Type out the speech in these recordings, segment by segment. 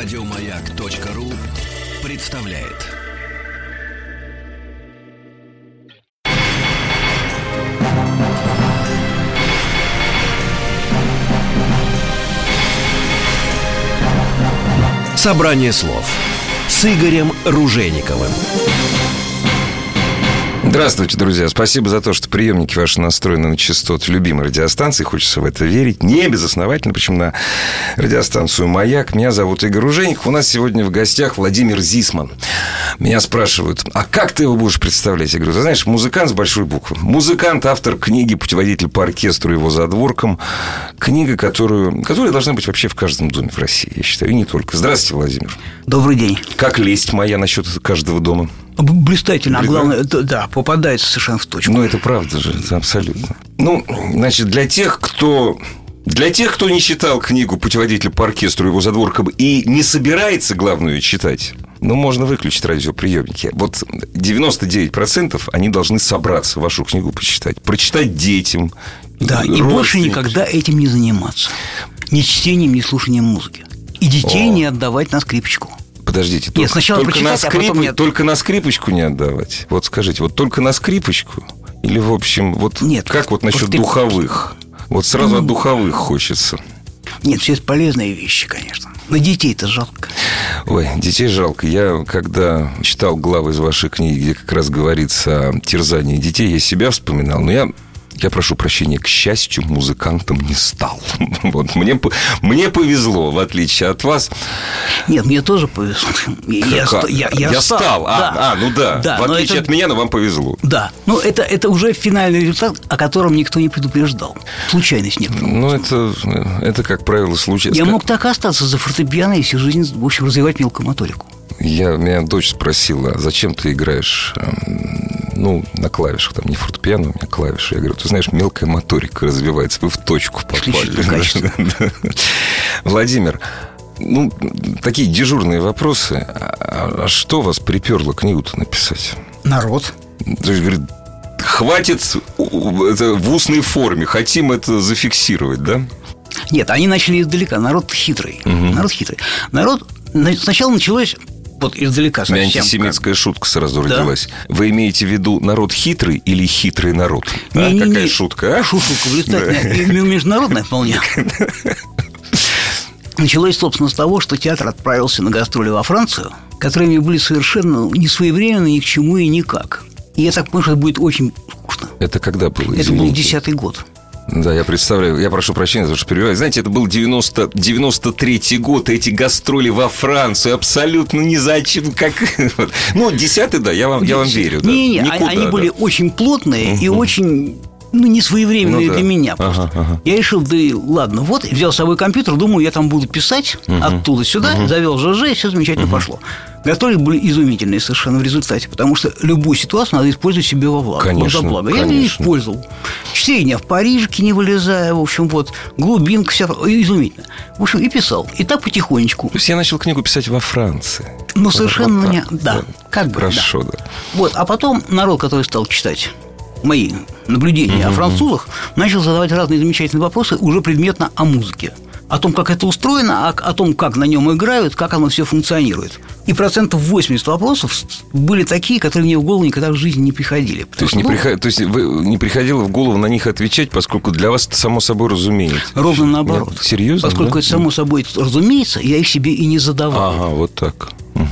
Радиомаяк.ру представляет. Собрание слов с Игорем Ружейниковым. Здравствуйте, друзья. Спасибо за то, что приемники ваши настроены на частоты любимой радиостанции. Хочется в это верить. Не безосновательно, почему на радиостанцию «Маяк». Меня зовут Игорь Ружейников. У нас сегодня в гостях Владимир Зисман. Меня спрашивают, а как ты его будешь представлять? Я говорю, ты знаешь, музыкант с большой буквы. Музыкант, автор книги «Путеводитель по оркестру и его задворкам». Книга, которая должна быть вообще в каждом доме в России, я считаю, и не только. Здравствуйте, Владимир. Добрый день. Как лесть моя насчет каждого дома? Блистательно, а главное, да, попадается совершенно в точку. Ну, это правда же, это абсолютно. Ну, значит, для тех, кто не читал книгу «Путеводитель по оркестру и его задворкам» и не собирается, главное, читать, можно выключить радиоприемники. Вот 99% они должны собраться, вашу книгу почитать. Прочитать детям. Да, и больше никогда этим не заниматься. Ни чтением, ни слушанием музыки. И детей не отдавать на скрипочку. Подождите, только на скрипочку не отдавать. Вот скажите, вот только на скрипочку? Или, в общем, вот нет, как вот насчет духовых? Вот сразу от духовых хочется. Нет, все это полезные вещи, конечно. Но детей-то жалко. Ой, детей жалко. Я, когда читал главы из вашей книги, где как раз говорится о терзании детей, я себя вспоминал, но я прошу прощения, к счастью, музыкантом не стал. Вот, мне повезло, в отличие от вас. Нет, мне тоже повезло. Я стал. Да. В отличие от меня, но вам повезло. Да, но это уже финальный результат, о котором никто не предупреждал. Случайность некоторая. Ну, это, как правило, случайность. Я мог так остаться за фортепиано и всю жизнь, в общем, развивать мелкую моторику. Меня дочь спросила, зачем ты играешь... на клавишах, там не фортепиано, у меня клавиши. Я говорю, ты знаешь, мелкая моторика развивается, вы в точку попали. Владимир, такие дежурные вопросы. А что вас приперло книгу-то написать? Народ. То есть, говорит, хватит в устной форме, хотим это зафиксировать, да? Нет, они начали издалека. Народ хитрый. Сначала началось... Вот издалека совсем. У меня антисемитская шутка сразу родилась. Вы имеете в виду народ хитрый или хитрый народ? Какая шутка, а? Шутка блистательная. Международная вполне. Началось, собственно, с того, что театр отправился на гастроли во Францию, которые были совершенно несвоевременны ни к чему и никак. И я так понимаю, что это будет очень скучно. Это когда было? Это был 10-й год. Да, я представляю, я прошу прощения за то, что перебиваю. Знаете, это был 93-й год, эти гастроли во Францию абсолютно ни зачем. 10-й, да, я вам верю. Они были очень плотные и очень... несвоевременные для меня просто. Я решил, ладно, взял с собой компьютер, думаю, я там буду писать оттуда сюда, завел ЖЖ, и все замечательно пошло. Гастроли были изумительные совершенно в результате, потому что любую ситуацию надо использовать себе во благо. Конечно. Я не использовал. Чтение в Парижике не вылезая, в общем, глубинка вся, изумительно. В общем, и писал. И так потихонечку. То есть я начал книгу писать во Франции. Совершенно не... Да, как бы. Хорошо, да. А потом народ, который стал читать мои наблюдения о французах, начал задавать разные замечательные вопросы уже предметно о музыке. О том, как это устроено, о том, как на нем играют, как оно все функционирует. И 80% вопросов были такие, которые мне в голову никогда в жизни не приходили. То есть не приходило в голову на них отвечать, поскольку для вас это само собой разумеется? Ровно наоборот. Серьезно? Поскольку это само собой разумеется, я их себе и не задавал. Ага, вот так.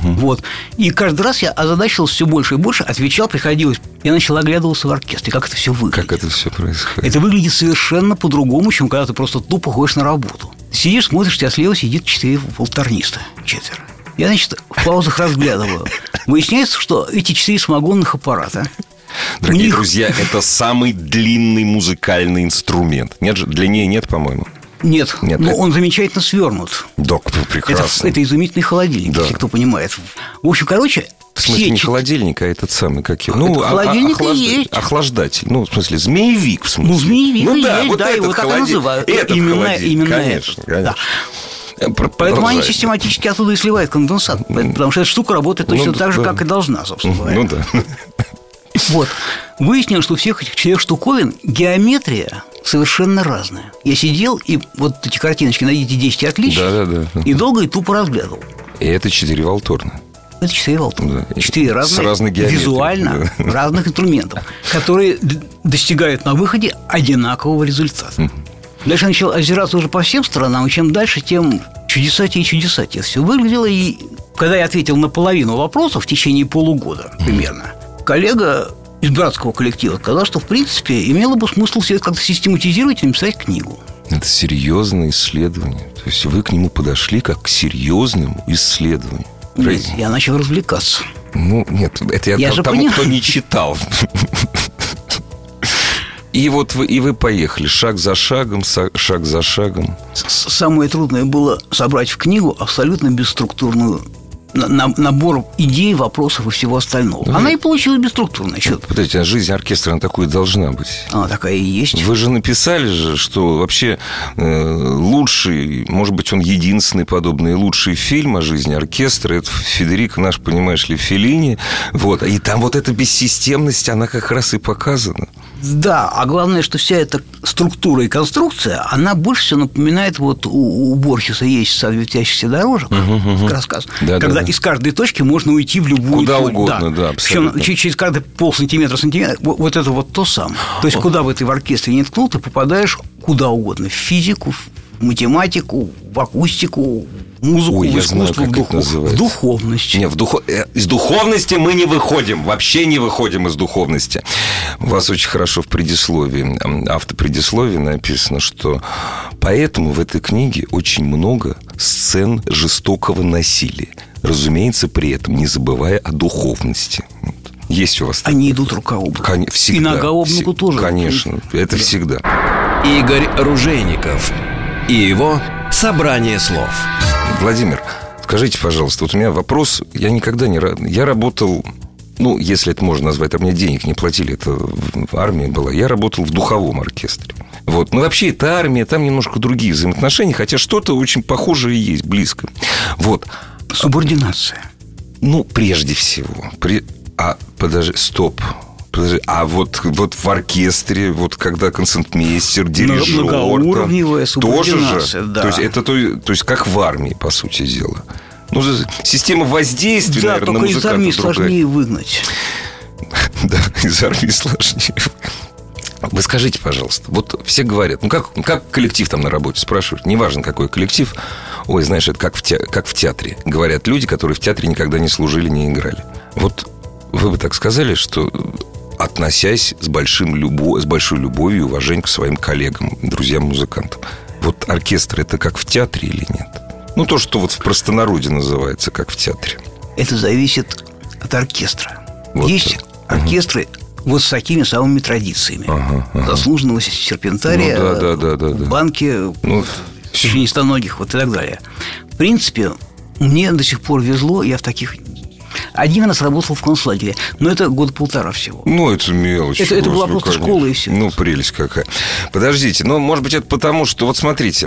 И каждый раз я озадачивался все больше и больше, отвечал, приходилось. Я начал оглядываться в оркестре, как это все выглядит. Как это все происходит? Это выглядит совершенно по-другому, чем когда ты просто тупо ходишь на работу. Сидишь, смотришь, у тебя слева сидит 4 волторниста, 4. Я, значит, в паузах разглядываю. Выясняется, что эти 4 самогонных аппарата. Дорогие друзья, это самый длинный музыкальный инструмент. Нет же, длиннее нет, по-моему. Нет, но он замечательно свернут. Прекрасно. Это изумительный холодильник, если кто понимает. В общем, в смысле, не холодильник, а этот самый, как его? Холодильник и есть. Охлаждатель. В смысле, змеевик, в смысле. Змеевик и есть, да, его так и называют. Именно этот. Да. Поэтому они систематически оттуда и сливают конденсат. Потому что эта штука работает точно так же, как и должна, собственно говоря. Выяснилось, что у всех этих 4 штуковин геометрия совершенно разная. Я сидел и эти картиночки, найдите 10 отличий, и долго и тупо разглядывал. И это 4 валторна. Это 4 валторна. Да. 4 разных визуально разных инструментов, которые достигают на выходе одинакового результата. Дальше я начал озираться уже по всем сторонам, и чем дальше, тем чудесатее и чудесатее все выглядело. И когда я ответил на половину вопросов в течение полугода примерно, коллега из братского коллектива сказал, что в принципе имело бы смысл все это как-то систематизировать и написать книгу. Это серьезное исследование. То есть вы к нему подошли как к серьезному исследованию. Нет, я начал развлекаться. Ну, нет, это я тому, кто не читал. И вот вы поехали шаг за шагом, шаг за шагом. Самое трудное было собрать в книгу абсолютно бесструктурную набор идей, вопросов и всего остального. Она и получилась бесструктурной. Подождите, а жизнь оркестра, она такой должна быть. Она такая и есть. Вы же написали же, что вообще лучший, может быть, он единственный подобный лучший фильм о жизни оркестра. Это Федерико наш, понимаешь ли, Феллини. Вот. И там вот эта бессистемность, она как раз и показана. Да, а главное, что вся эта структура и конструкция, она больше всего напоминает, вот у Борхеса есть «Сад вертящихся дорожек», рассказ, когда из каждой точки можно уйти в любую куда угодно, да, абсолютно. Причем через каждый полсантиметра, вот это вот то самое. То есть, куда бы ты в оркестре не ткнул, ты попадаешь куда угодно. В физику, в математику, в акустику, в музыку, в искусство, в духовность. Нет, из духовности мы не выходим, вообще не выходим из духовности. У вас очень хорошо в предисловии, автопредисловии написано, что поэтому в этой книге очень много сцен жестокого насилия. Разумеется, при этом не забывая о духовности. Есть у вас... Они идут рука об руку. Всегда. И нога об ногу тоже. Конечно, это всегда. Игорь Ружейников и его «Собрание слов». Владимир, скажите, пожалуйста, вот у меня вопрос. Я никогда не... Я работал... Ну, если это можно назвать, а мне денег не платили, это в армии была. Я работал в духовом оркестре. Вот. Ну, вообще, это армия, там немножко другие взаимоотношения, хотя что-то очень похожее есть, близко. Вот. Субординация. Ну, прежде всего. Подожди, стоп. Подожди, а вот в оркестре, вот когда концертмейстер, дирижер, многоуровневая субординация, тоже же, да. То есть как в армии, по сути дела. Ну, система воздействия, да, наверное, на музыканта из армии другая. Сложнее выгнать. Да, из армии сложнее. Вы скажите, пожалуйста, вот все говорят, ну как коллектив там на работе, спрашивают, неважно какой коллектив. Ой, знаешь, это как в театре. Говорят люди, которые в театре никогда не служили, не играли. Вот вы бы так сказали, что относясь с большой любовью и уважением к своим коллегам, друзьям-музыкантам. Вот оркестр – это как в театре или нет? Ну, то, что вот в простонародье называется, как в театре. Это зависит от оркестра. Вот есть оркестры вот с такими самыми традициями. Заслуженного серпентария, банки, членистоногих, вот и так далее. В принципе, мне до сих пор везло, я в таких... Один раз работал в концлагере, но это года полтора всего. Ну, это мелочь. Это была просто школа и все. Ну, прелесть какая. Подождите, может быть, это потому, что... Вот смотрите,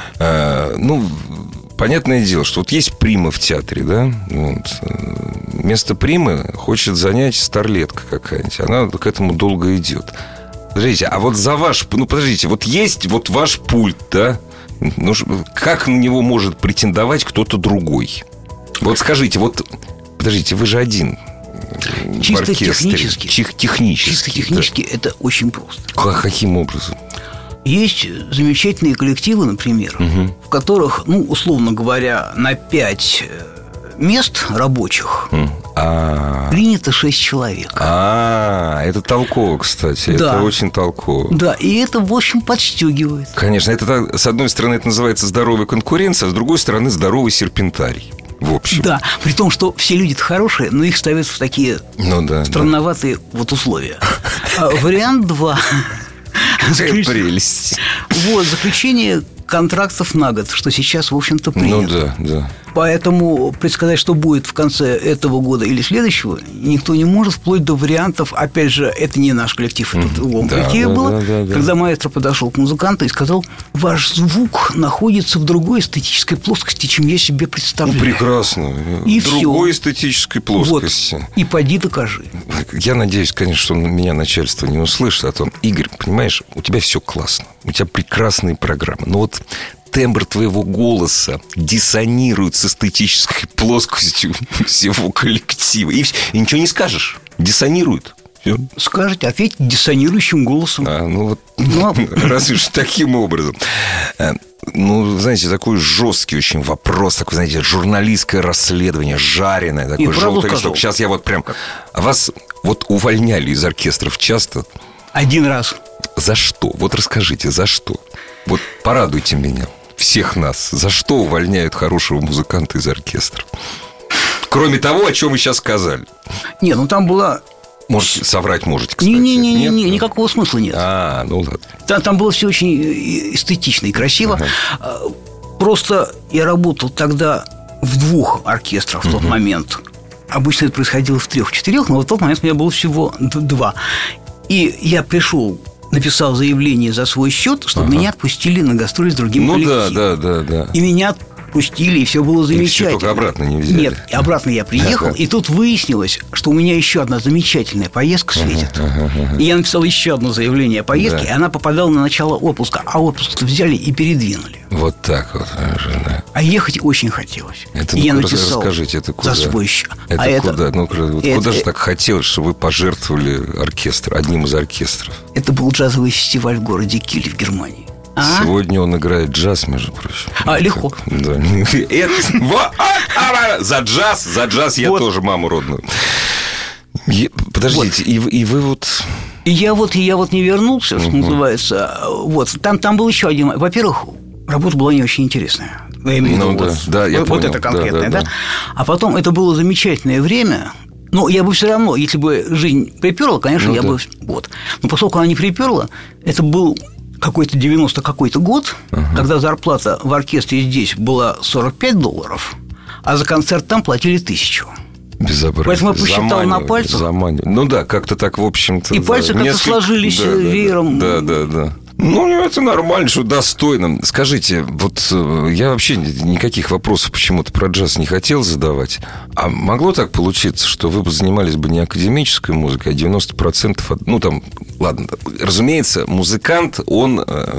понятное дело, что вот есть прима в театре, да? Вот. Вместо примы хочет занять старлетка какая-нибудь. Она к этому долго идет. Подождите, а вот за ваш... подождите, вот есть вот ваш пульт, да? Ну, как на него может претендовать кто-то другой? Вот скажите, подождите, вы же один чисто в оркестре. Технически. Чисто технически это очень просто. Каким образом? Есть замечательные коллективы, например, в которых, условно говоря, на 5 мест рабочих принято 6 человек. Это толково, кстати. Да. Это очень толково. Да, и это, в общем, подстегивает. Конечно, это, с одной стороны, это называется здоровая конкуренция, а с другой стороны, здоровый серпентарий. В общем. Да, при том, что все люди-то хорошие, но их ставят в такие странноватые условия. Вариант 2. Прелесть. Заключение контрактов на год, что сейчас, в общем-то, принято. Да. Поэтому предсказать, что будет в конце этого года или следующего, никто не может, вплоть до вариантов. Опять же, это не наш коллектив, это в другом коллективе было. Когда маэстро подошел к музыканту и сказал: ваш звук находится в другой эстетической плоскости, чем я себе представляю. Прекрасно. И в другой эстетической плоскости. И поди докажи. Я надеюсь, конечно, что меня начальство не услышит о том: Игорь, понимаешь, у тебя все классно, у тебя прекрасные программы, но тембр твоего голоса диссонирует с эстетической плоскостью всего коллектива. И ничего не скажешь. Диссонирует. Скажете, ответьте диссонирующим голосом. Разве ж таким образом. Знаете, такой жесткий очень вопрос, такой, знаете, журналистское расследование, жареное, такой желтый листок. Сейчас я вот прям... А вас вот увольняли из оркестров часто? Один раз. За что? Вот расскажите, за что? Вот порадуйте меня, всех нас. За что увольняют хорошего музыканта из оркестра? Кроме того, о чем вы сейчас сказали. Там была... Может, соврать можете, кстати. Не, никакого смысла нет. Ладно. Там было все очень эстетично и красиво. Просто я работал тогда в 2 оркестрах в тот момент. Обычно это происходило в 3-4, но в тот момент у меня было всего 2. И я пришел, написал заявление за свой счет, чтобы меня отпустили на гастроли с другим коллективом. Да. И меня отпустили, и все было замечательно. И все только обратно не взяли. Нет, обратно я приехал, и тут выяснилось, что у меня еще одна замечательная поездка светит. И я написал еще одно заявление о поездке, и она попадала на начало отпуска, а отпуск взяли и передвинули. Вот так вот. Да. А ехать очень хотелось. Это, я написал расскажите, это куда? За свой счет. Это куда? Куда же так хотелось, чтобы вы пожертвовали одним из оркестров? Это был джазовый фестиваль в городе Киль в Германии. Сегодня он играет джаз, между прочим. Легко. Да. За джаз я тоже маму родную. Подождите, и вы вот... И я вот не вернулся, что называется. Там был еще один... Во-первых, работа была не очень интересная. Я имею в виду я понял. Это конкретное, да? А потом это было замечательное время. Я бы все равно, если бы жизнь приперла, конечно, я бы... Но поскольку она не приперла, это был... какой-то 90 какой-то год, когда зарплата в оркестре здесь была $45, а за концерт там платили 1000. Безобразие. Поэтому я посчитал на пальцах. Как-то так, в общем-то. И пальцы как-то сложились веером. Да. Это нормально, что достойно. Скажите, я вообще никаких вопросов почему-то про джаз не хотел задавать. А могло так получиться, что вы бы занимались бы не академической музыкой, а 90%... ладно, разумеется, музыкант, он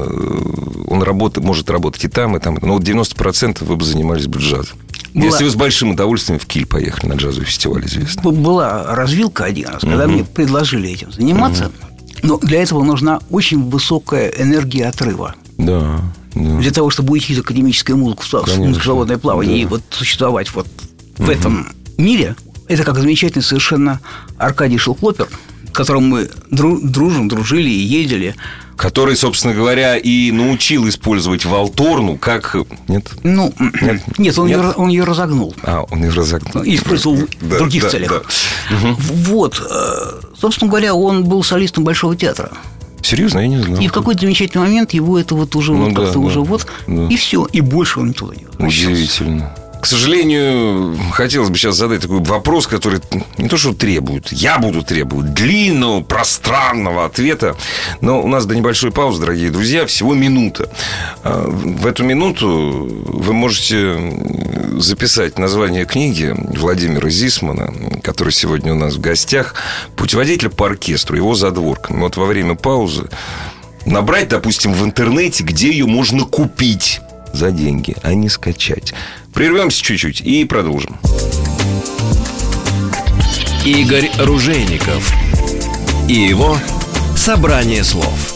может работать и там, но 90% вы бы занимались бы джазом. Если вы с большим удовольствием в Киль поехали на джазовый фестиваль, известно. Была развилка один раз, когда мне предложили этим заниматься. Но для этого нужна очень высокая энергия отрыва. Да. Для того, чтобы уйти из академической музыки в музыководное плавание и существовать в этом мире, это как замечательный совершенно Аркадий Шелклопер, с которым мы дружили и ездили. Который, собственно говоря, и научил использовать валторну как... Нет? Нет, он ее разогнул. Он ее разогнул. Использовал в других целях. Собственно говоря, он был солистом Большого театра. Серьезно? Я не знал. И в какой-то замечательный момент его это и все. И больше он туда не возвращался. Удивительно. К сожалению, хотелось бы сейчас задать такой вопрос, который не то что требует, я буду требовать длинного, пространного ответа. Но у нас до небольшой паузы, дорогие друзья, всего минута. В эту минуту вы можете записать название книги Владимира Зисмана, который сегодня у нас в гостях, «Путеводитель по оркестру», его задворками. Во время паузы набрать, допустим, в интернете, где ее можно купить за деньги, а не скачать. Прервемся чуть-чуть и продолжим. Игорь Ружейников и его «Собрание слов».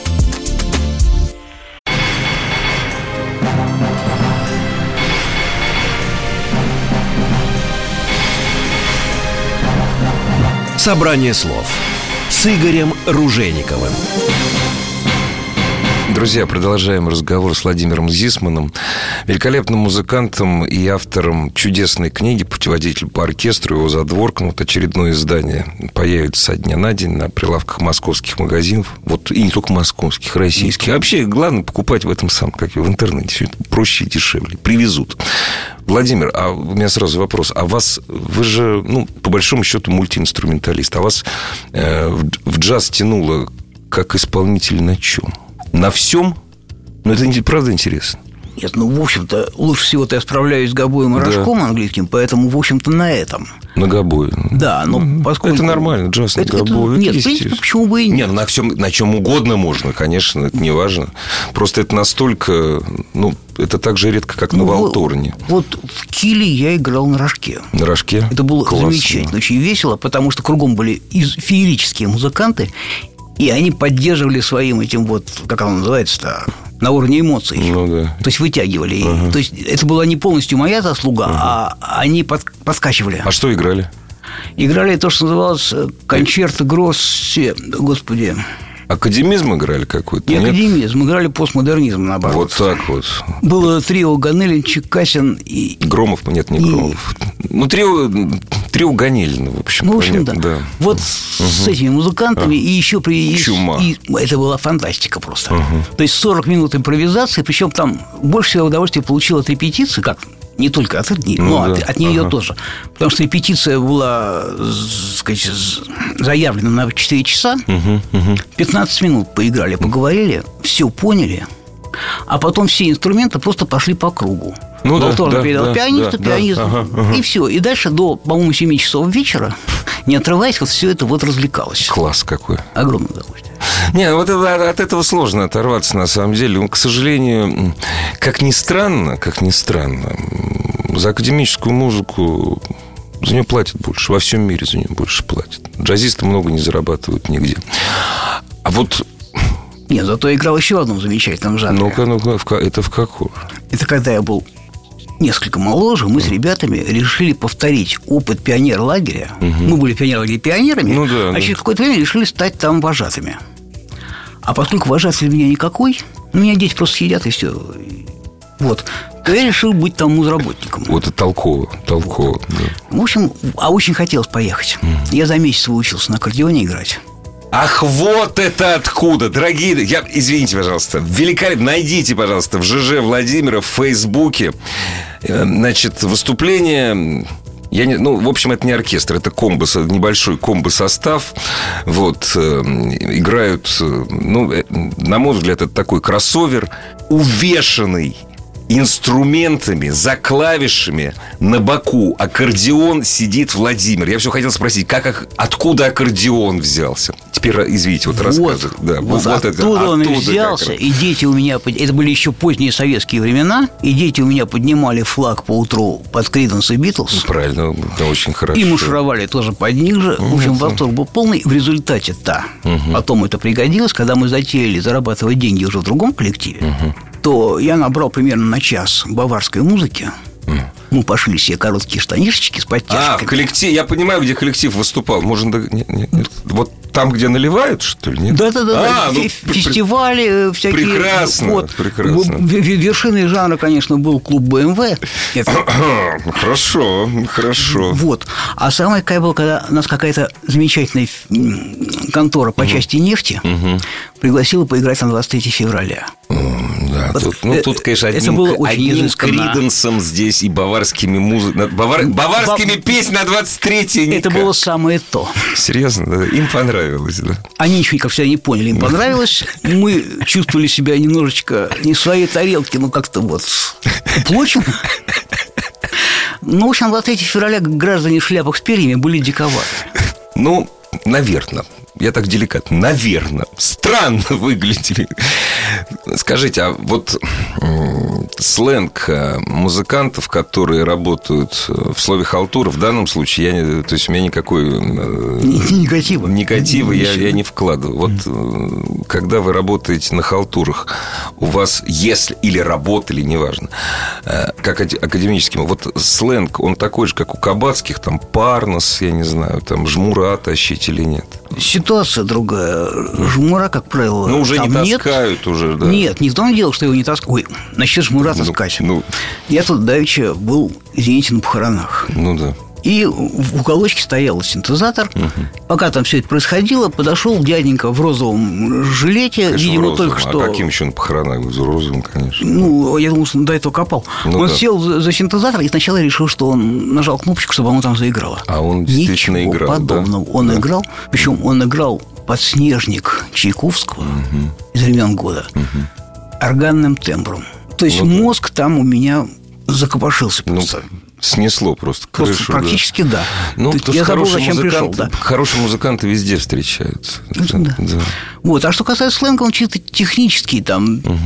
«Собрание слов» с Игорем Ружейниковым. Друзья, продолжаем разговор с Владимиром Зисманом, великолепным музыкантом и автором чудесной книги «Путеводитель по оркестру». Его задворком. Очередное издание появится со дня на день на прилавках московских магазинов. И не только московских, российских. А вообще, главное покупать в этом в интернете. Все это проще и дешевле. Привезут. Владимир, а у меня сразу вопрос. А вы же, по большому счету, мультиинструменталист. А вас в джаз тянуло как исполнитель на чем? На всем? Это правда интересно. Нет, в общем-то, лучше всего-то я справляюсь с гобоем и рожком английским, поэтому, в общем-то, на этом. На гобое. Да, но поскольку... Это нормально, джаз на гобое. Нет, в принципе, почему бы и нет. На чем угодно можно, конечно, это не важно. Просто это настолько, это так же редко, как на валторне. Вот в Киле я играл на рожке. На рожке? Это было классно. Замечательно, очень весело, потому что кругом были феерические музыканты, и они поддерживали своим этим вот, как оно называется-то, на уровне эмоций. Ну, да. То есть вытягивали. То есть это была не полностью моя заслуга, а они подкачивали. А что играли? Играли то, что называлось концерто гроссе, господи. Академизм играли какой-то? Не академизм, играли постмодернизм, наоборот. Вот так вот. Было трио Ганелин, Чекасин и... Громов? Нет, не Громов. Ну, трио Ганелина, в общем. Ну, в общем, понятно, да. Вот с этими музыкантами и еще при... Чума. Это была фантастика просто. То есть 40 минут импровизации, причем там больше всего удовольствия получил от репетиции, как... Не только от них, но от нее тоже. Потому что репетиция была, сказать, заявлена на 4 часа. 15 минут поиграли, поговорили, все поняли. А потом все инструменты просто пошли по кругу. Валторн передал пианисту, и все. И дальше до, по-моему, 7 часов вечера, не отрываясь, вот все это вот развлекалось. Класс какой. Огромное удовольствие. Не, вот от этого сложно оторваться, на самом деле. К сожалению, как ни странно, за академическую музыку за нее платят больше. Во всем мире за нее больше платят. Джазисты много не зарабатывают нигде. А вот... Нет, зато я играл еще в одном замечательном жанре. Ну-ка, это в каком? Это когда я был несколько моложе, мы с ребятами решили повторить опыт пионер-лагеря. Мы были пионер-лагеря пионерами, через какое-то время решили стать там вожатыми. А поскольку вожатый для меня никакой, у меня дети просто сидят и все. Вот. То я решил быть там музработником. Вот это толково. Да. В общем, очень хотелось поехать. Я за месяц выучился на аккордеоне играть. Ах, вот это откуда, дорогие... Извините, пожалуйста, великолепно. Найдите, пожалуйста, в ЖЖ Владимира в Фейсбуке. Значит, выступление... в общем, это не оркестр, это небольшой комбо-состав. Вот, играют, на мой взгляд, это такой кроссовер, увешанный инструментами, за клавишами, на боку аккордеон сидит Владимир. Я все хотел спросить, откуда аккордеон взялся? Теперь, извините, рассказывай. Да, оттуда он взялся, и дети у меня... Это были еще поздние советские времена, и дети у меня поднимали флаг по утру под Creedence и Beatles. Правильно, очень хорошо. И маршировали тоже под них же. В общем, восторг был полный. В результате потом это пригодилось, когда мы затеяли зарабатывать деньги уже в другом коллективе, то я набрал примерно на час баварской музыки. Мы пошли себе короткие штанишечки с подтяжками. В коллективе. Я понимаю, где коллектив выступал. Вот там, где наливают, что ли? Нет? Да. Фестивали всякие. Прекрасно. Вершиной жанра, конечно, был клуб БМВ. Хорошо. Вот. А самое кайф было, когда нас какая-то замечательная контора по части нефти пригласила поиграть на 23 февраля. Да, тут, конечно, одним Криденсом здесь и баварскими песнями на 23-е. Это было самое то. Серьезно? Да? Им понравилось, да? Они ничего, как всегда, не поняли. Им понравилось. Мы чувствовали себя немножечко не в своей тарелке, как-то уплочено. В общем, 23 февраля граждане в шляпах с перьями были диковаты. Наверное. Я так деликатно. Наверное. Странно выглядели. Скажите, а вот сленг музыкантов, которые работают в слове халтура, в данном случае, то есть у меня никакой... Негатива я не вкладываю. Вот когда вы работаете на халтурах, у вас, или работали, неважно, как академическим, вот сленг, он такой же, как у кабацких, там, парнос, я не знаю, там, жмура тащить или нет? Ситуация другая. Жмура, как правило, уже не таскают уже, да. Нет, не в том дело, что его не таскают. Ой, насчет жмура таскать. Я тут давеча был, извините, на похоронах. Да. И в уголочке стоял синтезатор. Пока там все это происходило, подошел дяденька в розовом жилете. Конечно, видимо, розовым. только что... А каким еще на похоронах? В розовом, конечно. Я думал, что он до этого копал. Он сел за синтезатор и сначала решил, что он нажал кнопочку, чтобы оно там заиграло. А он действительно играл, подобного. Он играл. Причем он играл «Подснежник» Чайковского из времен года органным тембром. То есть мозг там у меня закопошился просто. Снесло просто крышу. Практически, да. Я забыл, зачем пришел. Да. Хорошие музыканты везде встречаются. Да. Вот. А что касается сленга, он чисто технический. Там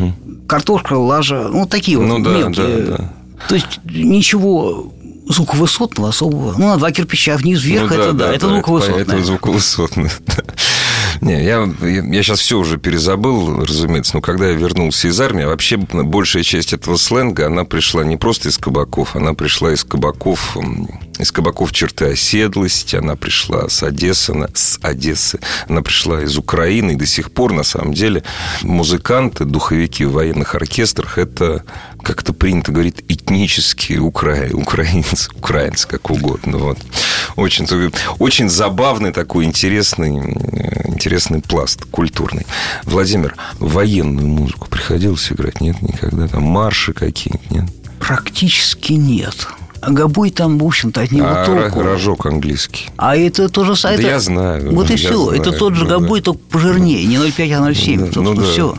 картошка, лажа, ну, такие вот мелкие. Да. То есть ничего звуковысотного особого. Ну, на 2 кирпича вниз-вверх, это звуковысотное. Это звуковысотное. Не, я сейчас все уже перезабыл, разумеется, но когда я вернулся из армии, вообще большая часть этого сленга, она пришла не просто из кабаков, она пришла из кабаков черты оседлости, она пришла с Одессы, она пришла из Украины, и до сих пор, на самом деле, музыканты, духовики в военных оркестрах – это, как это принято говорить, этнические украинцы, как угодно. Вот. Очень забавный такой интересный пласт культурный. Владимир, военную музыку приходилось играть? Нет, никогда? Там марши какие-нибудь? Нет? Практически нет. А гобой там, в общем-то, от него толку. Рожок английский. А это тоже сайт. Да я знаю. Вот и все. Это тот же гобой, только пожирнее. Не 0,5, а 0,7. Все.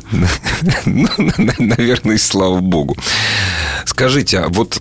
Наверное, и слава богу. Скажите, а вот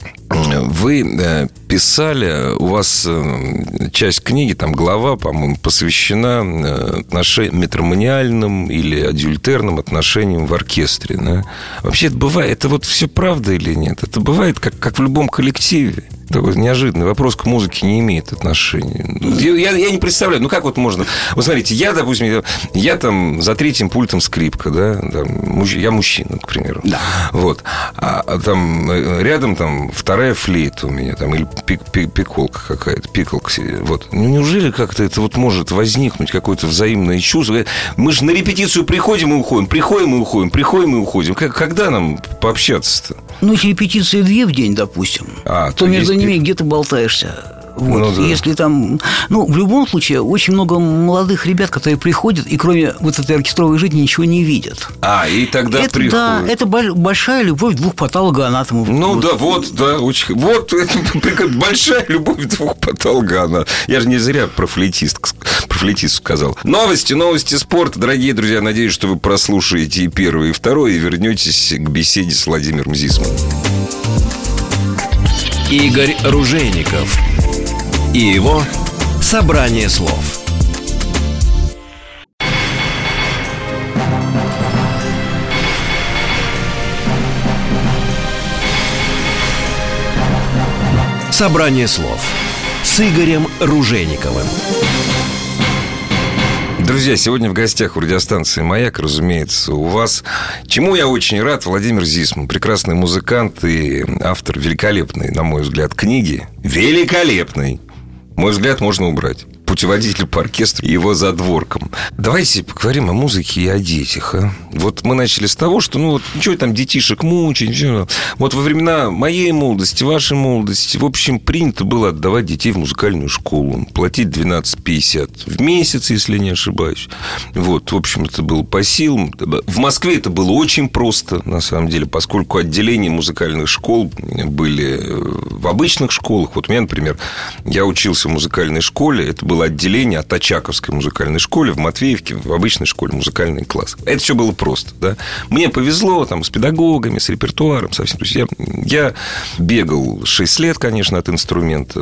вы писали, у вас часть книги, там глава, по-моему, посвящена метроманиальным или адюльтерным отношениям в оркестре. Да? Вообще это бывает, это вот все правда или нет? Это бывает как в любом коллективе. Такой неожиданный вопрос к музыке не имеет отношения. Я не представляю, ну как вот можно... Вот смотрите, допустим, я там за третьим пультом скрипка, да, там, я мужчина, к примеру. Да. Вот. А там рядом там вторая флейта у меня, там, или пиколка какая-то, пиколка. Вот. Ну, неужели как-то это вот может возникнуть какое-то взаимное чувство? Мы же на репетицию приходим и уходим, приходим и уходим. Когда нам пообщаться-то? Ну, если репетиции 2 в день, допустим, то между ними где-то болтаешься. Вот. Ну, да. Если там... Ну, в любом случае, очень много молодых ребят, которые приходят, и кроме вот этой оркестровой жизни ничего не видят. И тогда это, приходят. Да, это большая любовь 2 патологоанатомов. Ну, очень... Вот, это большая любовь 2 патологоанатомов. Я же не зря про флейтист сказал. Новости спорта. Дорогие друзья, надеюсь, что вы прослушаете и первое, и второе, и вернетесь к беседе с Владимиром Зисманом. Игорь Ружейников и его «Собрание слов». «Собрание слов» с Игорем Ружейниковым. Друзья, сегодня в гостях у радиостанции «Маяк», разумеется, у вас, чему я очень рад, Владимир Зисман, прекрасный музыкант и автор великолепной, на мой взгляд, книги. Великолепной! Мой взгляд можно убрать. Путеводитель по оркестру и его задворкам. Давайте поговорим о музыке и о детях. Вот мы начали с того, что, ну, вот, ничего там детишек мучить. Ничего. Вот во времена моей молодости, вашей молодости, в общем, принято было отдавать детей в музыкальную школу. Платить 12,50 в месяц, если не ошибаюсь. Вот, в общем, это было по силам. В Москве это было очень просто, на самом деле, поскольку отделения музыкальных школ были в обычных школах. Вот у меня, например, я учился в музыкальной школе. Это было отделение от Очаковской музыкальной школы в Матвеевке, в обычной школе музыкальный класс. Это все было просто, да. Мне повезло там с педагогами, с репертуаром совсем. То есть я бегал 6 лет, конечно, от инструмента.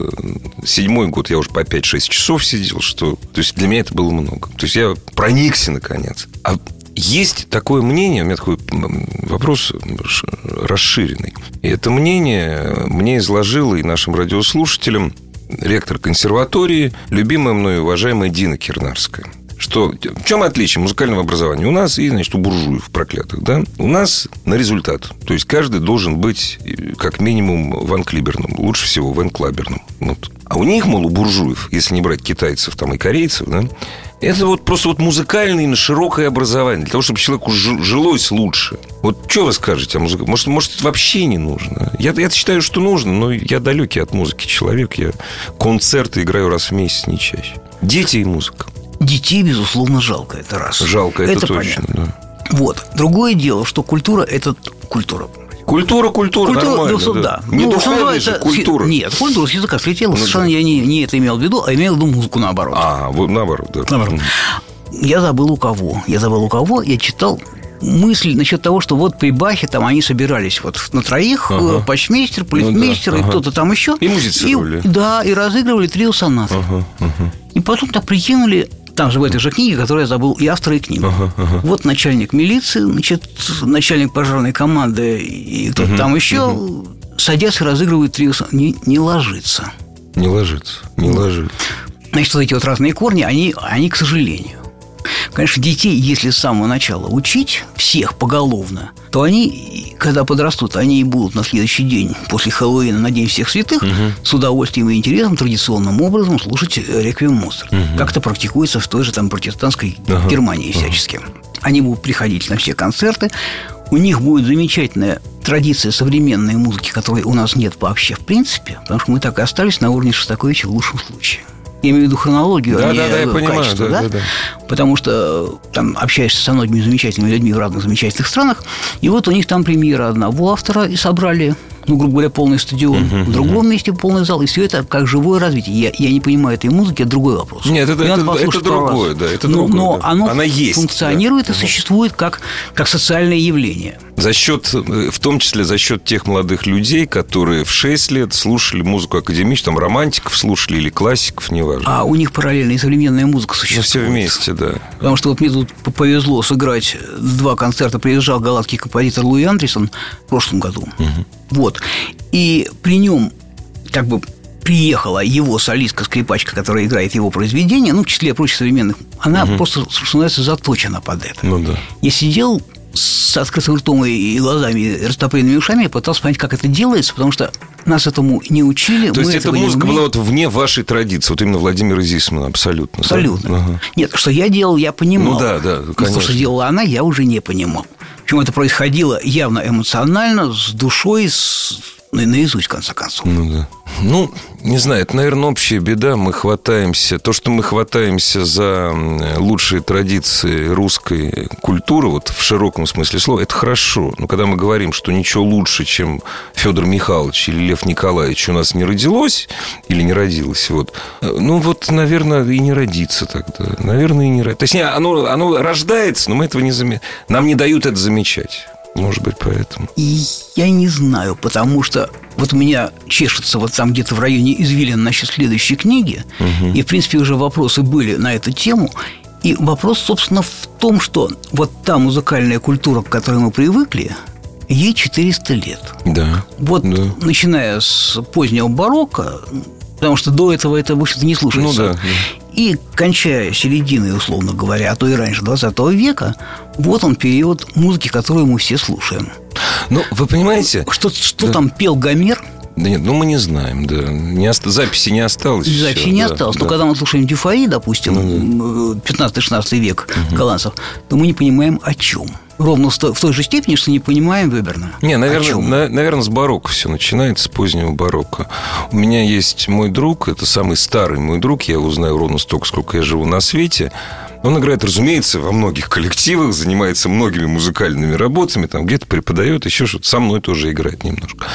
7-й год я уже по 5-6 часов сидел, то есть для меня это было много. То есть я проникся наконец. А есть такое мнение, у меня такой вопрос расширенный. И это мнение мне изложила и нашим радиослушателям ректор консерватории, любимая мной и уважаемая Дина Кирнарская. Что, в чем отличие музыкального образования у нас и, значит, у буржуев проклятых, да? У нас на результат. То есть каждый должен быть как минимум ванклиберным, лучше всего ванклаберным. Вот. А у них, мол, у буржуев, если не брать китайцев там и корейцев, да, это вот просто вот музыкальное на широкое образование, для того, чтобы человеку жилось лучше. Вот что вы скажете о музыке? Может, это вообще не нужно? Я считаю, что нужно, но я далекий от музыки человек. Я концерты играю раз в месяц, не чаще. Дети и музыка. Детей, безусловно, жалко, это раз. Жалко, это точно. Да. Вот. Другое дело, что культура – это культура. Культура, нормально, да. Не духовная же культура. Нет, культура с языка слетела. Совершенно я не это имел в виду, а имел в виду музыку наоборот. Вот наоборот, да. Наоборот. Я забыл у кого. Я читал мысль насчет того, что вот при Бахе там они собирались вот на троих, почмейстер, полицмейстер и кто-то там еще. И музицировали. И разыгрывали трио сонат. И потом так прикинули, Там же в этой же книге, которую я забыл, и автора, и книгу. Вот начальник милиции, значит, начальник пожарной команды и кто-то там еще садятся и разыгрывают трио. Не ложится. Не ложится. Значит, вот эти вот разные корни, они, к сожалению. Конечно, детей, если с самого начала учить всех поголовно, то они, когда подрастут, они и будут на следующий день после Хэллоуина, на День всех святых, с удовольствием и интересом традиционным образом слушать реквием Моцарта. Как это практикуется в той же там протестантской Германии всячески. Они будут приходить на все концерты. У них будет замечательная традиция современной музыки, которой у нас нет вообще в принципе, потому что мы так и остались на уровне Шостаковича в лучшем случае. Я имею в виду хронологию, а не я понимаю, качество, да? Потому что там общаешься со многими замечательными людьми в разных замечательных странах, и вот у них там премьера одного автора, и собрали, грубо говоря, полный стадион, в другом месте полный зал, и все это как живое развитие. Я не понимаю этой музыки, это другой вопрос. Нет, это другое, да, это другое. Но оно есть, функционирует и существует как социальное явление. В том числе за счет тех молодых людей, которые в 6 лет слушали музыку академичную, там романтиков слушали или классиков, неважно. А у них параллельно и современная музыка существует. Все вместе, да. Потому что вот мне тут повезло сыграть 2 концерта. Приезжал голландский композитор Луи Андерсон в прошлом году. Вот. И при нем как бы приехала его солистка-скрипачка, которая играет его произведения, в числе прочих современных. Она просто становится заточена под это. Я сидел с открытым ртом и глазами, и растопыренными ушами, я пытался понять, как это делается, потому что нас этому не учили. То есть эта музыка была вне вашей традиции, вот именно Владимира Зисмана, абсолютно. Абсолютно. Нет, что я делал, я понимал. Конечно. То, что делала она, я уже не понимал. Причем это происходило явно эмоционально, с душой, наизусть, в конце концов. Не знаю, это, наверное, общая беда. То, что мы хватаемся за лучшие традиции русской культуры, вот в широком смысле слова, это хорошо. Но когда мы говорим, что ничего лучше, чем Федор Михайлович или Лев Николаевич у нас не родилось или не родилось, наверное, и не родится тогда. Наверное, и не родится. Точнее, оно рождается, но мы этого не замечаем. Нам не дают это замечать. Может быть, поэтому. И я не знаю, потому что вот у меня чешется вот там где-то в районе извилин насчет следующей книги, и, в принципе, уже вопросы были на эту тему. И вопрос, собственно, в том, что вот та музыкальная культура, к которой мы привыкли, ей 400 лет. Да. Начиная с позднего барокко, потому что до этого это, в общем-то, не слушается. И кончая серединой, условно говоря, а то и раньше 20 века, вот он период музыки, которую мы все слушаем. Вы понимаете... Что там пел Гомер? Да нет, мы не знаем, да. Записи не осталось. Записи не осталось. Но когда мы слушаем Дюфаи, допустим, 15-16 век голландцев, то мы не понимаем, о чем. Ровно в той же степени, что не понимаем Веберна. Наверное, с барокко все начинается, с позднего барокко. У меня есть мой друг, это самый старый мой друг, я его знаю ровно столько, сколько я живу на свете. Он играет, разумеется, во многих коллективах, занимается многими музыкальными работами, там где-то преподает, еще что-то, со мной тоже играет немножко.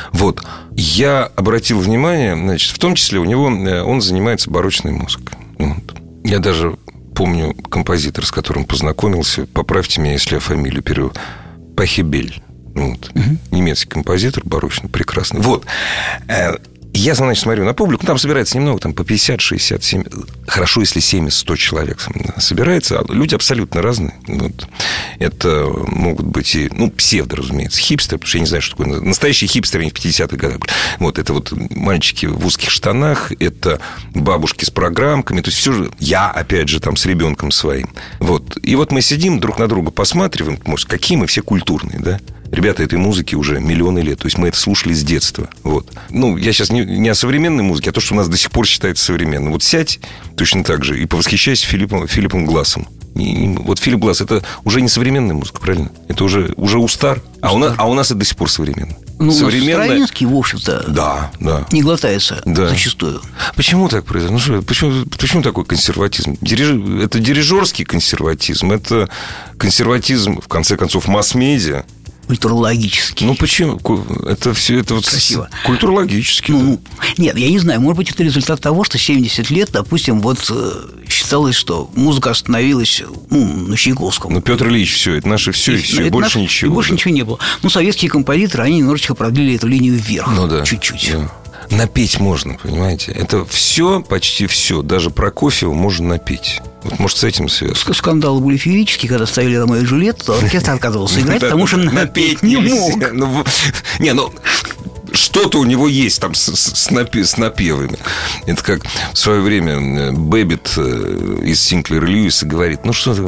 Я обратил внимание, в том числе он занимается барочной музыкой. Я даже помню композитор, с которым познакомился, поправьте меня, если я фамилию перевел, Пахибель. Немецкий композитор барочный, прекрасный. Я, смотрю на публику, там собирается немного, там по 50, 60, 70, хорошо, если 70-100 человек собирается, люди абсолютно разные. Это могут быть и, псевдо, разумеется, хипстеры, потому что я не знаю, что такое. Настоящие хипстеры, они в 50-х годах были. Это мальчики в узких штанах, это бабушки с программками, то есть все, я, опять же, там с ребенком своим. И мы сидим, друг на друга посматриваем, может, какие мы все культурные, да? Ребята, этой музыки уже миллионы лет. То есть мы это слушали с детства. Я сейчас не о современной музыке, а то, что у нас до сих пор считается современным. Сядь точно так же и повосхищайся Филиппом Глассом. Филипп Гласс – это уже не современная музыка, правильно? Это уже устар. А у нас это до сих пор современно. Стравинский, в общем-то, не глотается зачастую. Почему так произошло? Почему такой консерватизм? Это дирижерский консерватизм. Это консерватизм, в конце концов, масс-медиа. Культурологический. Почему? Это все это красиво. Культурологически. Нет, я не знаю. Может быть, это результат того, что 70 лет, допустим, считалось, что музыка остановилась на Чайковском. Петр Ильич, все, это наше все, и все, и больше ничего. И больше ничего не было. Советские композиторы, они немножечко продлили эту линию вверх. Чуть-чуть. напеть можно, понимаете? Это все, почти все, даже Прокофьева можно напеть. Вот, может, с этим связано. Скандалы были феерические, когда ставили Ромео и Джульетту, то оркестр отказывался играть, потому что напеть не мог. Не, ну... Что-то у него есть там с напевами. Это как в свое время Бэббит из Синклера Льюиса говорит: ну что,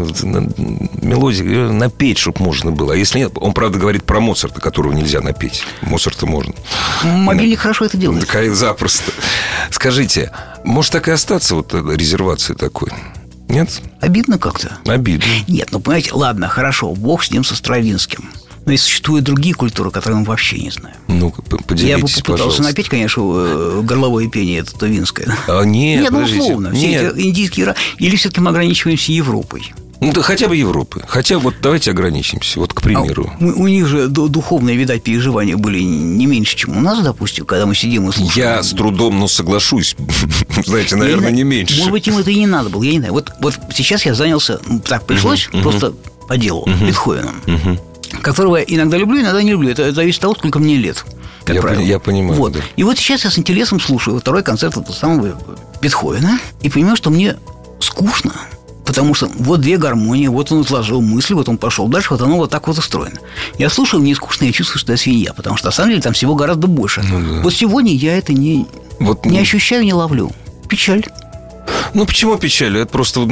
мелодия, напеть, чтобы можно было. А если нет, он, правда, говорит про Моцарта, которого нельзя напеть. Моцарта можно. Мобильник хорошо это делает. Так, запросто. Скажите, может так и остаться вот резервацией такой? Нет? Обидно как-то. Обидно. Нет, ну, понимаете, ладно, хорошо, бог с ним, со Стравинским. Но и существуют другие культуры, которые мы вообще не знаем. Ну-ка, поделитесь, я бы попытался пожалуйста. напеть, конечно, горловое пение, это тувинское. Нет, ну, условно. Все эти индийские... Или все-таки мы ограничиваемся Европой? Ну, да хотя бы Европы. Хотя вот давайте ограничимся. Вот, к примеру. У них же духовные, видать, переживания были не меньше, чем у нас, допустим, когда мы сидим и слушаем. Я с трудом, но соглашусь. Знаете, наверное, не меньше. Может быть, им это и не надо было, я не знаю. Вот сейчас я занялся, так пришлось, просто по делу, Бетховеном. Которого я иногда люблю, иногда не люблю. Это зависит от того, сколько мне лет, как правило. Я понимаю. Вот. Да. И вот сейчас я с интересом слушаю второй концерт этого самого Бетховена и понимаю, что мне скучно. Потому что вот две гармонии, вот он отложил мысли, вот он пошел дальше, вот оно вот так вот устроено. Я слушаю, мне скучно, я чувствую, что я свинья, потому что на самом деле там всего гораздо больше. Ну, да. Вот сегодня я это не ощущаю, не ловлю. Печаль. Ну, почему печаль? Это просто,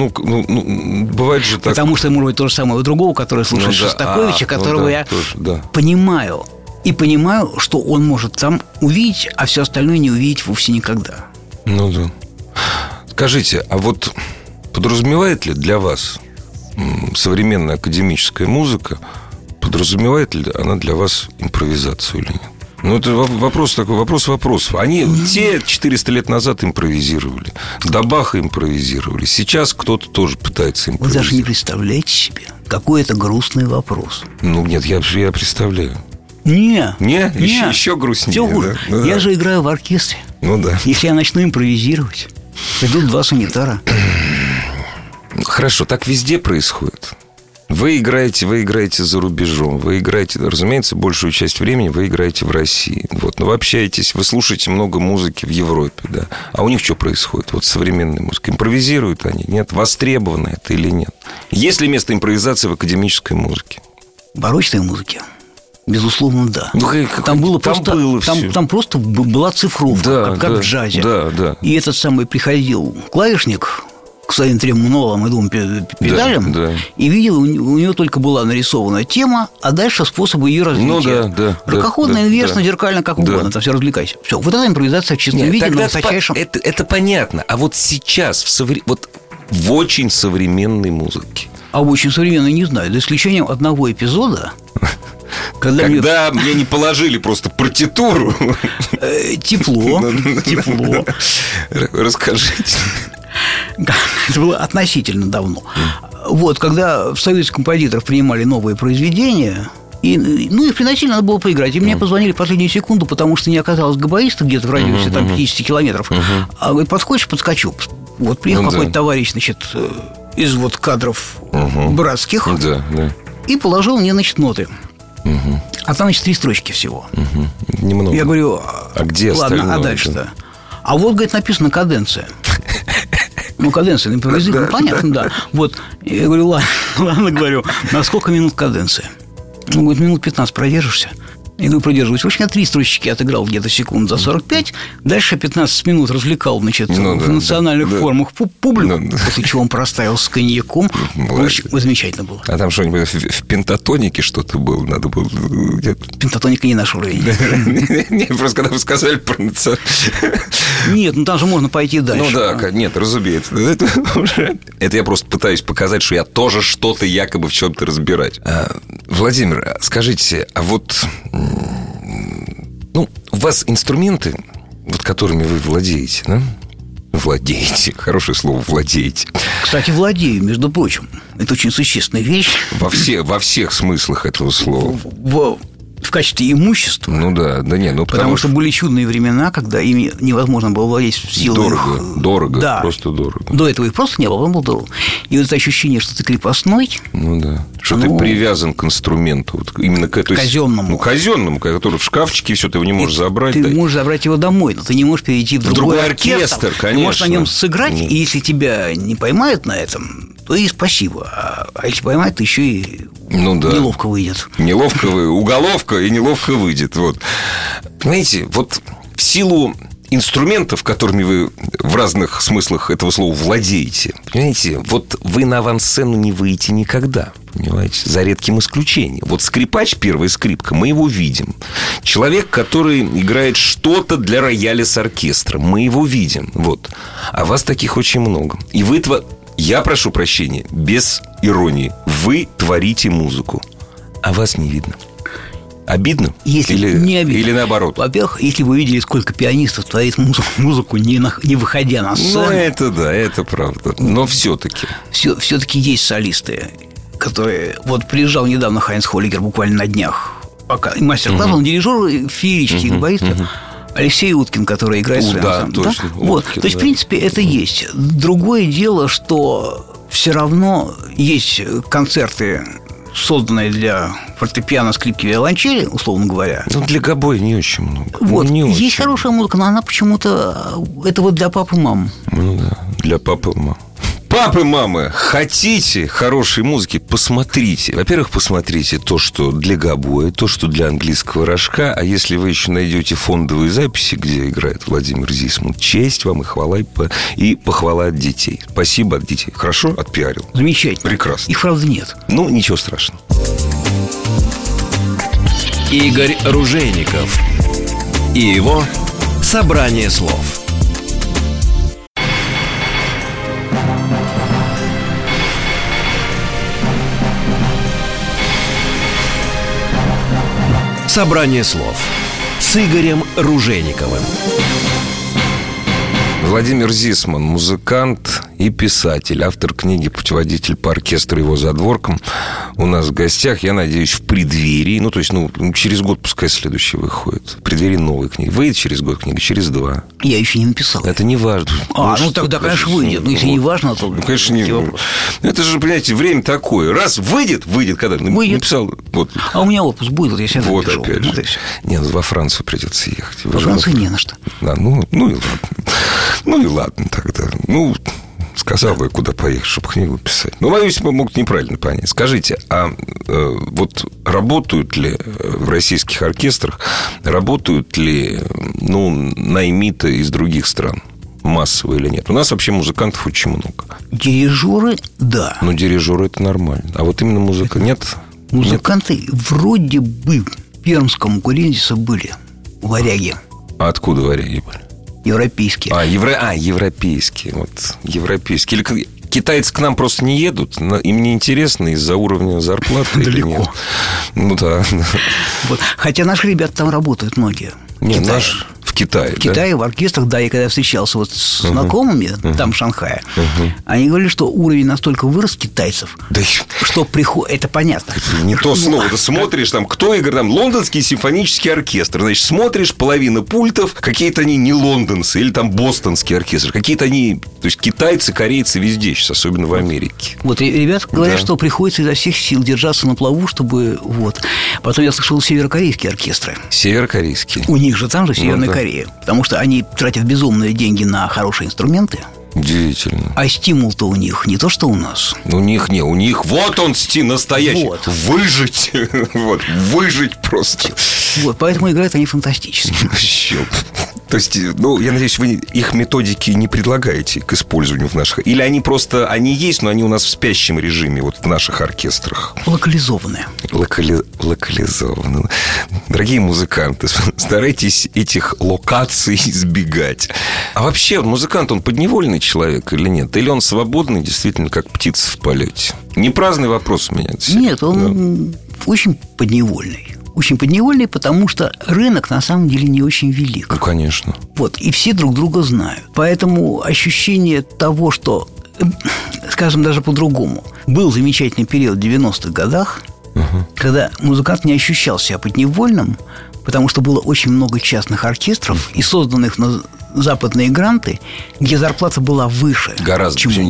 бывает же так. Потому что, может быть, то же самое у другого, который слушает Шостаковича, которого я понимаю. И понимаю, что он может там увидеть, а все остальное не увидеть вовсе никогда. Ну, да. Скажите, а вот подразумевает ли для вас современная академическая музыка, подразумевает ли она для вас импровизацию или нет? Ну, это вопрос такой, вопрос. Они те 400 лет назад импровизировали. До Баха импровизировали. Сейчас кто-то тоже пытается импровизировать. Вы даже не представляете себе, какой это грустный вопрос. Ну, нет, я представляю. Не? Еще грустнее. Все хуже. Да? Я же играю в оркестре. Ну, да. Если я начну импровизировать, придут два санитара. Хорошо, так везде происходит. Вы играете за рубежом. Вы играете, разумеется, большую часть времени вы играете в России. Вот, но вы общаетесь, вы слушаете много музыки в Европе, да. А у них что происходит? Вот современная музыка. Импровизируют они? Нет? Востребовано это или нет? Есть ли место импровизации в академической музыке? В барочной музыке? Безусловно, да. Там просто была цифровка, как в джазе. Да. И этот самый приходил клавишник к своим 3 мануалам и 2 педалям, и видел, у него только была нарисована тема, а дальше способы ее развития. Рукоходно, инверсно, зеркально, как угодно, там все развлекайся. Все, вот эта импровизация в чистом виде, на высочайшем... Это понятно. А вот сейчас, в очень современной музыке. А в очень современной не знаю, за исключением одного эпизода... Когда мне не положили просто партитуру. Тепло. Расскажите. Это было относительно давно. Вот, когда в Союзе композиторов принимали новые произведения, и приносили, надо было поиграть. И мне позвонили в последнюю секунду, потому что не оказалось габариста где-то в радиусе 50 километров. А говорит, подскочишь, подскочу. Вот приехал какой-то товарищ, из кадров братских, и положил мне, ноты. А там, 3 строчки всего. Немного. Я говорю, а где остальное? Ладно, а дальше-то? А вот, говорит, написано каденция. Каденция, понятно, да. Вот, я говорю, ладно, говорю, на сколько минут каденция? Он говорит, минут 15 продержишься? Я говорю, продерживаюсь. В общем, я 3 строчки отыграл где-то секунд за 45. Дальше 15 минут развлекал, в национальных формах публику, после чего он проставил с коньяком. В общем, замечательно было. А там что-нибудь в пентатонике что-то было? Надо было где-то... Пентатоника не наш уровень. Нет, просто когда вы сказали про национальную... Нет, там же можно пойти дальше. Нет, разумеется. Это я просто пытаюсь показать, что я тоже что-то якобы в чем-то разбираюсь. Владимир, скажите, а вот... у вас инструменты, которыми вы владеете, да? Владеете. Хорошее слово, владеете. Кстати, владею, между прочим. Это очень существенная вещь. Во всех смыслах этого слова. в качестве имущества. Ну да, потому что были чудные времена, когда ими невозможно было владеть в силу дорого, да. Просто дорого. До этого их просто не было, он был дорого. И вот это ощущение, что ты крепостной. Ну да. Что ты привязан к инструменту, вот именно к казенному. Казенному, который в шкафчике, все, ты его не можешь забрать. Ты можешь забрать его домой, но ты не можешь перейти в другой оркестр. Конечно. Ты можешь на нем сыграть, и если тебя не поймают на этом, то и спасибо. А если поймают, то еще и неловко выйдет. Неловко уголовка и неловко выйдет. Вот. Понимаете, вот в силу инструментов, которыми вы в разных смыслах этого слова владеете, понимаете, вот вы на авансцену не выйдете никогда, понимаете, за редким исключением. Вот скрипач, первая скрипка, мы его видим. Человек, который играет что-то для рояля с оркестром, мы его видим. Вот. А вас таких очень много. И вы... Я прошу прощения, без иронии. Вы творите музыку, а вас не видно. Обидно? Не обидно. Или наоборот? Во-первых, если вы видели, сколько пианистов творит музыку, не выходя на сцену. Ну, это да, это правда. Но все-таки. Все-таки есть солисты, которые... Вот приезжал недавно Хайнц Холлигер буквально на днях. Мастер-класс, он дирижер, феерический габарит. Алексей Уткин, который играет с ансамблем. Да, точно. Вот. То есть, в принципе, это есть. Другое дело, что все равно есть концерты, созданные для фортепиано, скрипки, виолончели, условно говоря. Ну, для гобоя не очень много. Вот. Не есть очень. хорошая музыка, но она почему-то... Это вот для папы и мам. Ну да, для папы и мам. Папы, мамы, хотите хорошей музыки, посмотрите. Во-первых, посмотрите то, что для гобоя, то, что для английского рожка. А если вы еще найдете фондовые записи, где играет Владимир Зисман, честь вам и хвала, и похвала от детей. Спасибо от детей. Хорошо? Отпиарил. Замечательно. Прекрасно. Их, правда, нет. Ну, ничего страшного. Игорь Ружейников и его «Собрание слов». «Собрание слов» с Игорем Ружейниковым. Владимир Зисман, музыкант и писатель, автор книги «Путеводитель по оркестру и его задворкам». У нас в гостях, я надеюсь, в преддверии. Ну, то есть, через год пускай следующий выходит. В преддверии новой книги. Выйдет через год книга, через 2. Я еще не написал. Это не важно. Тогда, конечно, выйдет. Но если не важно, то... Ну, конечно, не важно. Это же, понимаете, время такое. Раз выйдет когда? Выйдет. Написал. Вот. А у меня отпуск будет, вот я сейчас вот напишу. Опять же. Нет, во Францию придется ехать. Во Францию не на что. Да, ну и ладно. Ну и ладно тогда. Сказал бы, куда поехать, чтобы книгу писать. Боюсь, могут неправильно понять. Скажите, а вот работают ли в российских оркестрах, работают ли наймиты из других стран? Массово или нет? У нас вообще музыкантов очень много. Дирижеры, да. Но дирижеры – это нормально. А вот именно музыка нет? Музыканты вроде бы в Пермском Курензисе были варяги. А откуда варяги были? Европейские. Европейские. Вот, европейские. Или китайцы к нам просто не едут? Им не интересно из-за уровня зарплаты? Далеко. Ну да. Вот. Хотя наши ребята там работают многие. Не, наш... В Китае, в Китае, в оркестрах, да. И когда я встречался вот с знакомыми там, в Шанхае, они говорили, что уровень настолько вырос китайцев, что приходит... Это понятно. Это не то слово. Ты смотришь, там, кто играет, там, лондонский симфонический оркестр. Значит, смотришь, половина пультов, какие-то они не лондонцы, или там бостонский оркестр. Какие-то они... То есть, китайцы, корейцы везде сейчас, особенно в Америке. Вот, ребята говорят, что приходится изо всех сил держаться на плаву, чтобы... Вот. Потом я слышал северокорейские оркестры. Северокорейские. У них же там же в Северной Корее. Потому что они тратят безумные деньги на хорошие инструменты. Удивительно. А стимул-то у них не то, что у нас. У них вот он настоящий. Вот. Выжить. Вот, выжить просто. Вот, поэтому играют они фантастически. То есть, я надеюсь, вы их методики не предлагаете к использованию в наших... Или они есть, но они у нас в спящем режиме, вот в наших оркестрах. Локализованные. Локализованные. Дорогие музыканты, старайтесь этих локаций избегать. А вообще, музыкант, он подневольный человек или нет? Или он свободный, действительно, как птица в полете? Не праздный вопрос у меня. Нет, он очень подневольный. Очень подневольный, потому что рынок на самом деле не очень велик. Ну, конечно. Вот, и все друг друга знают. Поэтому ощущение того, что, скажем, даже по-другому, был замечательный период в 90-х годах, когда музыкант не ощущал себя подневольным, потому что было очень много частных оркестров и созданных на западные гранты, где зарплата была выше. Гораздо. Чем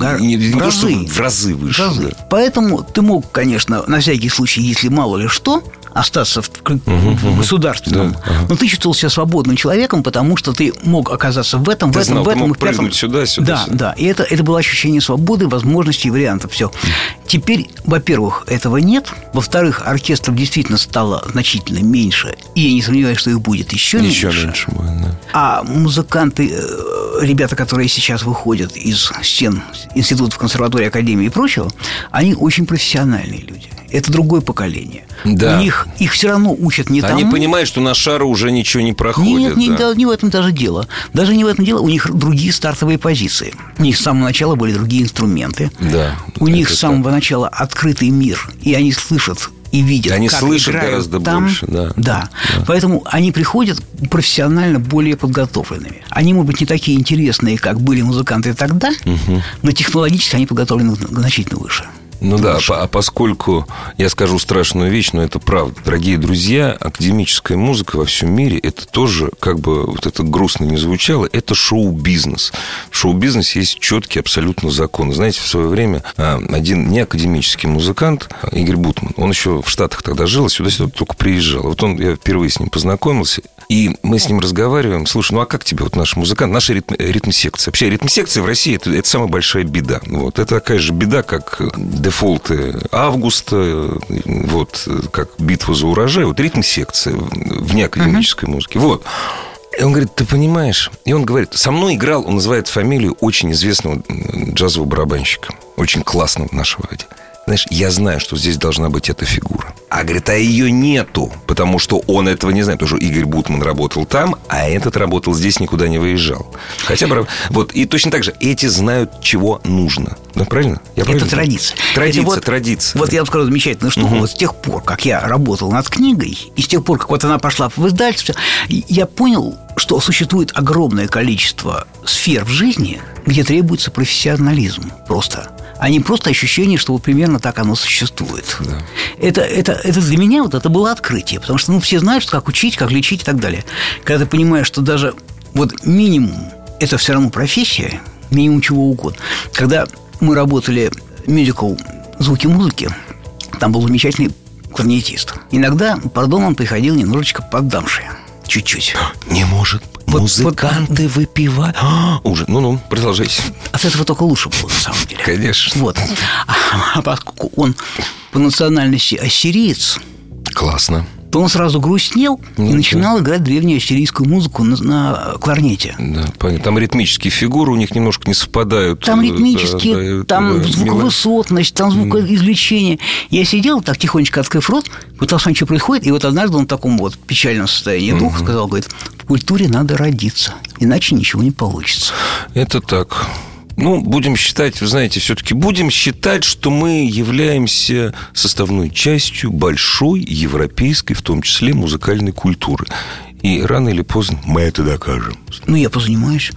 в разы выше. Да. Поэтому ты мог, конечно, на всякий случай, если мало ли что, остаться в государственном, но ты чувствовал себя свободным человеком, потому что ты мог оказаться в этом, ты в этом, знал, в этом. Ты мог прыгнуть сюда. Да. И это было ощущение свободы, возможностей, вариантов. Все. Теперь, во-первых, этого нет. Во-вторых, оркестров действительно стало значительно меньше. И я не сомневаюсь, что их будет еще меньше. Будет, да. А музыканты, ребята, которые сейчас выходят из стен институтов, консерватории, академии и прочего, они очень профессиональные люди. Это другое поколение. Да. У них их все равно учат не тому. Они понимают, что на шару уже ничего не проходит. Нет, не в этом даже дело. Даже не в этом дело. У них другие стартовые позиции. У них с самого начала были другие инструменты. Да. У них с самого начала открытый мир. И они слышат и видят, они как слышат играют гораздо там. больше, да. Поэтому они приходят профессионально более подготовленными. Они, может быть, не такие интересные, как были музыканты тогда, но технологически они подготовлены значительно выше. Ну да, поскольку я скажу страшную вещь, но это правда. Дорогие друзья, академическая музыка во всем мире, это тоже, как бы вот это грустно не звучало, это шоу-бизнес. В шоу-бизнесе есть четкие абсолютно законы. Знаете, в свое время один неакадемический музыкант, Игорь Бутман, он еще в Штатах тогда жил, а сюда только приезжал. Вот я впервые с ним познакомился, и мы с ним разговариваем. Слушай, ну а как тебе вот наш музыкант, наша ритм-секция? Вообще ритм-секция в России это самая большая беда. Вот, это такая же беда, как дефолты августа, вот, как битва за урожай, вот ритм-секция в неакадемической музыке. Вот. И он говорит, ты понимаешь? И он говорит, со мной играл, он называет фамилию очень известного джазового барабанщика, очень классного нашего. Знаешь, я знаю, что здесь должна быть эта фигура. А, говорит, а ее нету, потому что он этого не знает. Потому что Игорь Бутман работал там, а этот работал здесь, никуда не выезжал. Хотя бы... Вот, и точно так же, эти знают, чего нужно. Да, правильно? Это традиция. Традиция. Вот я вам скажу замечательную штуку. Вот с тех пор, как я работал над книгой, и с тех пор, как вот она пошла в издательство, я понял, что существует огромное количество сфер в жизни, где требуется профессионализм просто. А не просто ощущение, что вот примерно так оно существует. Да. Это для меня вот это было открытие. Потому что все знают, что как учить, как лечить и так далее. Когда ты понимаешь, что даже вот минимум – это все равно профессия, минимум чего угодно. Когда мы работали мюзикл «Звуки музыки», там был замечательный кларнетист. Иногда, пардон, он приходил немножечко поддамший. Чуть-чуть. Не может быть. Музыканты выпивают. Уже. Ну, продолжайте. От этого только лучше было, на самом деле. Конечно. Вот. А поскольку он по национальности ассириец. Классно. То он сразу грустнел и начинал играть древнюю ассирийскую музыку на кларнете. Да, понятно. Там ритмические фигуры у них немножко не совпадают. Там ритмические, там звуковысотность, там звукоизвлечение. Я сидел так тихонечко, открыв рот, пытался, что происходит, и вот однажды он в таком вот печальном состоянии духа сказал, говорит, в культуре надо родиться, иначе ничего не получится. Это так. Ну, будем считать, вы знаете, все-таки будем считать, что мы являемся составной частью большой европейской, в том числе музыкальной культуры. И рано или поздно мы это докажем. Ну, я позанимаюсь.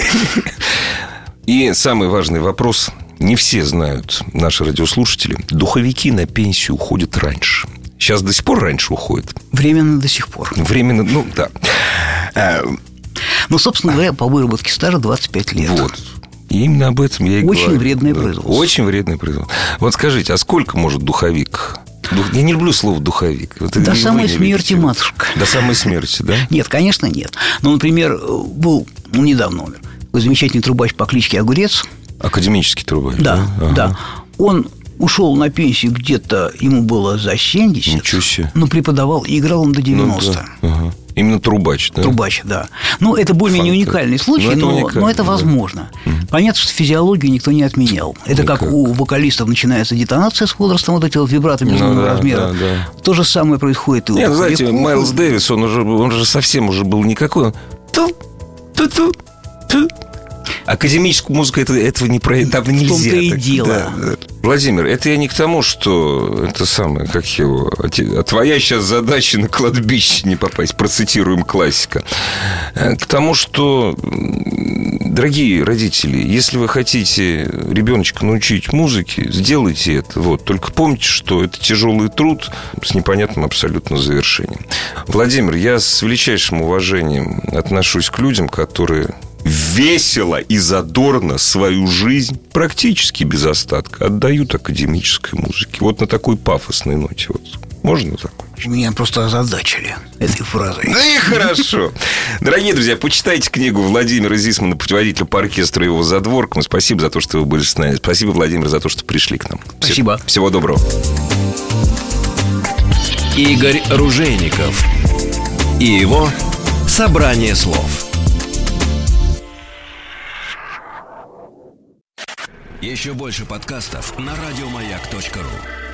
И самый важный вопрос. Не все знают, наши радиослушатели, духовики на пенсию уходят раньше. Сейчас до сих пор раньше уходят. Временно до сих пор. Временно, ну, да. Ну, собственно говоря, по выработке стажа 25 лет. Вот. И именно об этом я и говорю. Очень вредное производство. Очень вредное производство. Вот скажите, а сколько может духовик? Я не люблю слово «духовик». До самой смерти, матушка. До самой смерти, да? Нет, конечно, нет. Но, например, был, недавно умер, замечательный трубач по кличке Огурец. Академический трубач. Да, да. Он ушел на пенсию где-то, ему было за 70. Ничего себе. Но преподавал и играл он до 90. Ну, да. Ага. Именно трубач, да? Трубач, да. Ну, это более-менее уникальный случай, но это возможно. Да. Понятно, что физиологию никто не отменял. Это как у вокалистов начинается детонация с возрастом, вот эти вот вибрато безумного размера. Да. То же самое происходит и у духовиков. Знаете, Майлз Дэвис, он же совсем уже был никакой. Академическую музыку этого не там нельзя. В том-то и дело. Да. Владимир, это я не к тому, что это самое, как его... А твоя сейчас задача на кладбище не попасть, процитируем классика. К тому, что, дорогие родители, если вы хотите ребеночка научить музыке, сделайте это. Вот. Только помните, что это тяжелый труд с непонятным абсолютно завершением. Владимир, я с величайшим уважением отношусь к людям, которые весело и задорно свою жизнь практически без остатка отдают академической музыке. Вот на такой пафосной ноте. Вот. Можно закончить? Меня просто озадачили этой фразой. Да и хорошо. Дорогие друзья, почитайте книгу Владимира Зисмана «Путеводитель по оркестру и его задворкам». Спасибо за то, что вы были с нами. Спасибо, Владимир, за то, что пришли к нам. Спасибо. Всего доброго. Игорь Ружейников и его «Собрание слов». Еще больше подкастов на радиомаяк.ру.